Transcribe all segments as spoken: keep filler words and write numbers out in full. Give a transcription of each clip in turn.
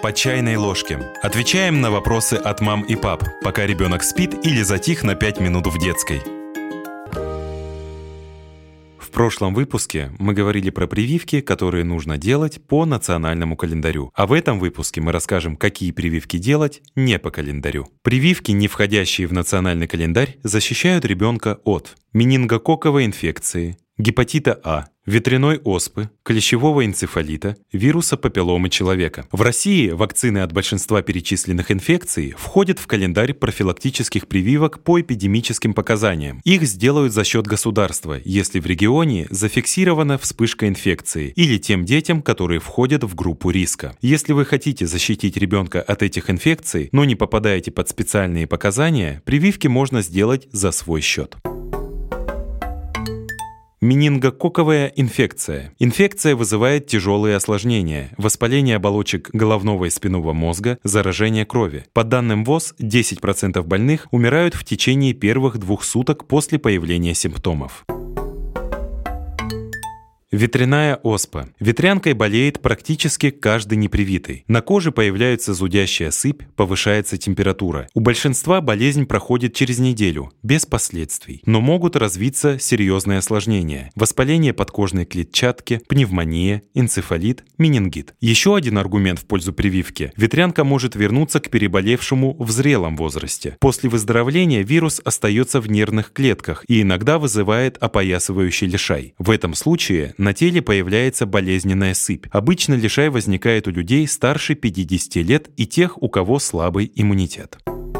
«По чайной ложке». Отвечаем на вопросы от мам и пап, пока ребенок спит или затих на пять минут в детской. В прошлом выпуске мы говорили про прививки, которые нужно делать по национальному календарю. А в этом выпуске мы расскажем, какие прививки делать не по календарю. Прививки, не входящие в национальный календарь, защищают ребенка от менингококковой инфекции, гепатита А, ветряной оспы, клещевого энцефалита, вируса папилломы человека. В России вакцины от большинства перечисленных инфекций входят в календарь профилактических прививок по эпидемическим показаниям. Их сделают за счет государства, если в регионе зафиксирована вспышка инфекции, или тем детям, которые входят в группу риска. Если вы хотите защитить ребенка от этих инфекций, но не попадаете под специальные показания, прививки можно сделать за свой счет. Менингококковая инфекция. Инфекция вызывает тяжелые осложнения: воспаление оболочек головного и спинного мозга, заражение крови. По данным ВОЗ, десять процентов больных умирают в течение первых двух суток после появления симптомов. Ветряная оспа. Ветрянкой болеет практически каждый непривитый. На коже появляется зудящая сыпь, повышается температура. У большинства болезнь проходит через неделю, без последствий. Но могут развиться серьезные осложнения: воспаление подкожной клетчатки, пневмония, энцефалит, менингит. Еще один аргумент в пользу прививки: ветрянка может вернуться к переболевшему в зрелом возрасте. После выздоровления вирус остается в нервных клетках и иногда вызывает опоясывающий лишай. В этом случае на теле появляется болезненная сыпь. Обычно лишай возникает у людей старше пятидесяти лет и тех, у кого слабый иммунитет.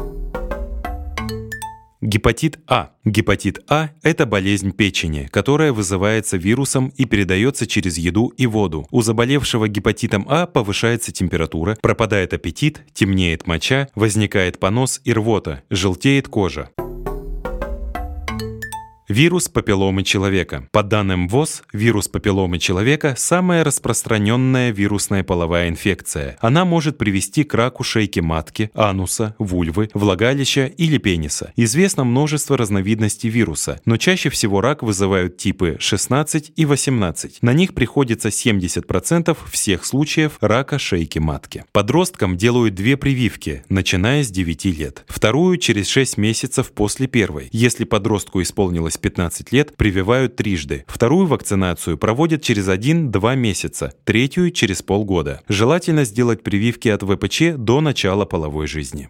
Гепатит А. Гепатит А – это болезнь печени, которая вызывается вирусом и передается через еду и воду. У заболевшего гепатитом А повышается температура, пропадает аппетит, темнеет моча, возникает понос и рвота, желтеет кожа. Вирус папилломы человека. По данным ВОЗ, вирус папилломы человека – самая распространенная вирусная половая инфекция. Она может привести к раку шейки матки, ануса, вульвы, влагалища или пениса. Известно множество разновидностей вируса, но чаще всего рак вызывают типы шестнадцать и восемнадцать. На них приходится семьдесят процентов всех случаев рака шейки матки. Подросткам делают две прививки, начиная с девяти лет. Вторую через шесть месяцев после первой. Если подростку исполнилось пятнадцать лет, прививают трижды. Вторую вакцинацию проводят через один-два месяца, третью через полгода. Желательно сделать прививки от вэ пэ че до начала половой жизни.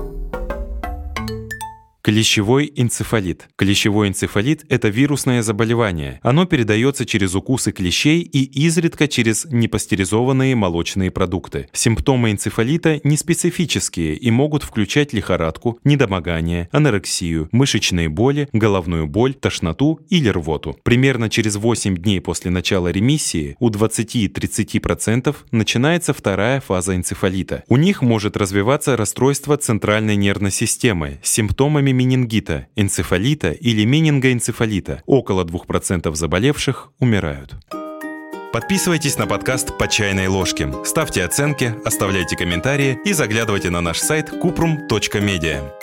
Клещевой энцефалит. Клещевой энцефалит – это вирусное заболевание. Оно передается через укусы клещей и изредка через непастеризованные молочные продукты. Симптомы энцефалита неспецифические и могут включать лихорадку, недомогание, анорексию, мышечные боли, головную боль, тошноту или рвоту. Примерно через восемь дней после начала ремиссии у двадцати-тридцати процентов начинается вторая фаза энцефалита. У них может развиваться расстройство центральной нервной системы с симптомами менингита, энцефалита или менингоэнцефалита. Около двух процентов заболевших умирают. Подписывайтесь на подкаст «По чайной ложке», ставьте оценки, оставляйте комментарии и заглядывайте на наш сайт купрум точка медиа.